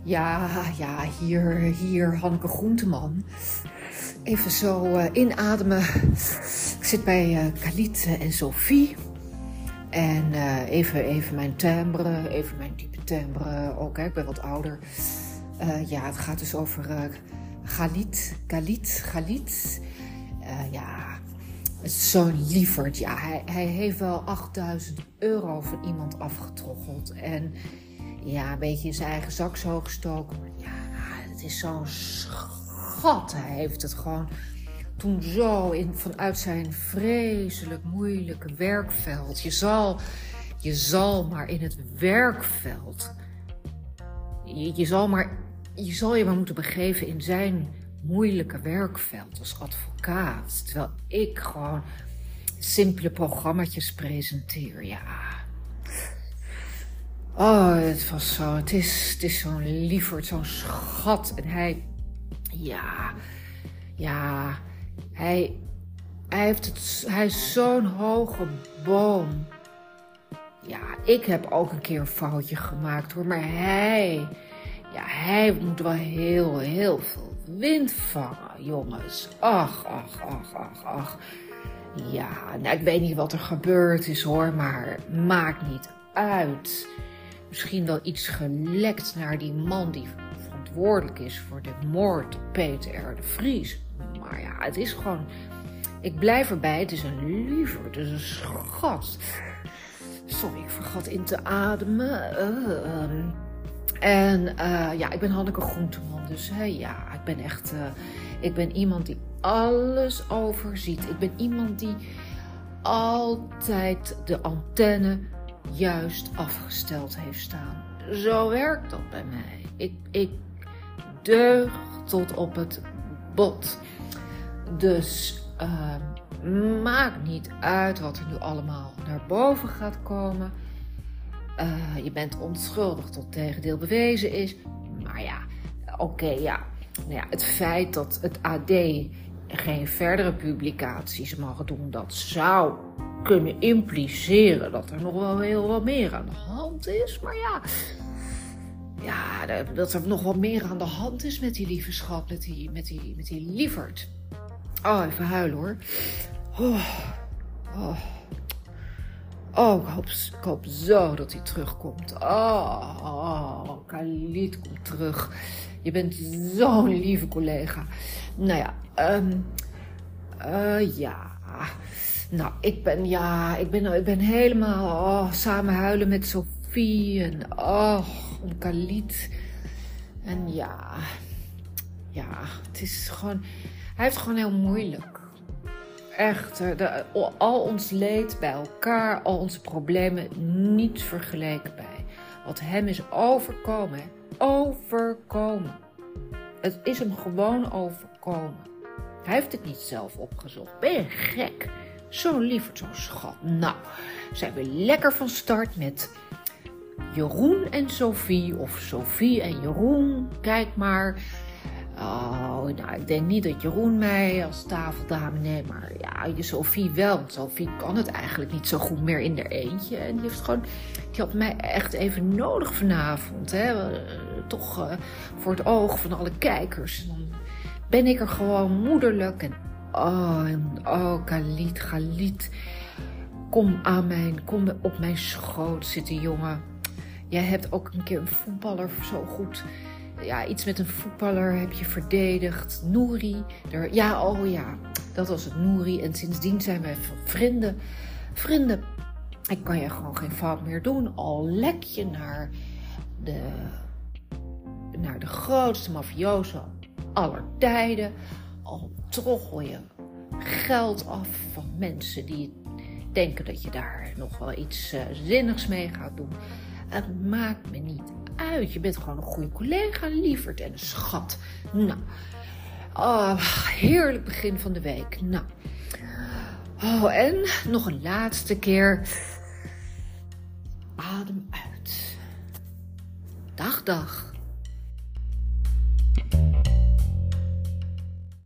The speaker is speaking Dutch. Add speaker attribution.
Speaker 1: Ja, hier Hanneke Groenteman. Even zo inademen. Ik zit bij Khalid en Sophie. En even mijn timbre, even mijn diepe timbre. Ook, ik ben wat ouder. Het gaat dus over Khalid. Het is zo'n lieverd. Ja, hij heeft wel 8.000 euro van iemand afgetroggeld. En ja, een beetje in zijn eigen zak zo gestoken. Maar ja, het is zo'n schat. Hij heeft het gewoon toen zo vanuit zijn vreselijk moeilijke werkveld. Je zal maar in het werkveld. Je zal je maar moeten begeven in zijn moeilijke werkveld als advocaat. Terwijl ik gewoon simpele programmaatjes presenteer, ja. Oh, het was zo. Het is zo'n lieverd, zo'n schat. En hij is zo'n hoge boom. Ja, ik heb ook een keer een foutje gemaakt hoor. Maar hij moet wel heel veel wind vangen, jongens. Ach. Ja, nou, ik weet niet wat er gebeurd is hoor, maar maakt niet uit. Misschien wel iets gelekt naar die man die verantwoordelijk is voor de moord op Peter R. de Vries. Maar ja, het is gewoon... Ik blijf erbij, het is een lieverd, het is een schat. Sorry, ik vergat in te ademen. Ik ben Hanneke Groenteman, dus ik ben iemand die alles overziet. Ik ben iemand die altijd de antenne juist afgesteld heeft staan. Zo werkt dat bij mij. Ik deug tot op het bot. Dus maakt niet uit wat er nu allemaal naar boven gaat komen. Je bent onschuldig tot het tegendeel bewezen is. Maar ja, het feit dat het AD geen verdere publicaties mag doen, dat zou kunnen impliceren dat er nog wel heel wat meer aan de hand is. Maar dat er nog wat meer aan de hand is met die lieve schat, met die lieverd. Oh, even huilen hoor. Ik hoop zo dat hij terugkomt. Khalid komt terug. Je bent zo'n lieve collega. Nou ja, Nou, ik ben helemaal samen huilen met Sophie en om Khalid. En ja, het is gewoon... Hij heeft het gewoon heel moeilijk. Echt, al ons leed bij elkaar, al onze problemen, niet vergeleken bij wat hem is overkomen. Overkomen. Het is hem gewoon overkomen. Hij heeft het niet zelf opgezocht. Ben je gek? Zo'n lieverd, zo'n schat. Nou, zijn we lekker van start met Jeroen en Sophie. Of Sophie en Jeroen. Kijk maar. Ik denk niet dat Jeroen mij als tafeldame neemt. Maar ja, Sophie wel. Want Sophie kan het eigenlijk niet zo goed meer in haar eentje. En die had mij echt even nodig vanavond. Toch voor het oog van alle kijkers. En dan ben ik er gewoon moederlijk. En Khalid. Kom op mijn schoot zitten, jongen. Jij hebt ook een keer een voetballer zo goed... Ja, iets met een voetballer heb je verdedigd. Nouri. Dat was het, Nouri. En sindsdien zijn wij vrienden. Ik kan je gewoon geen fout meer doen. Al lek je naar de grootste mafioso aller tijden. Al troggel je geld af van mensen die denken dat je daar nog wel iets zinnigs mee gaat doen. Het maakt me niet uit. Je bent gewoon een goede collega, lieverd en een schat. Nou, heerlijk begin van de week. Nou, en nog een laatste keer. Adem uit. Dag.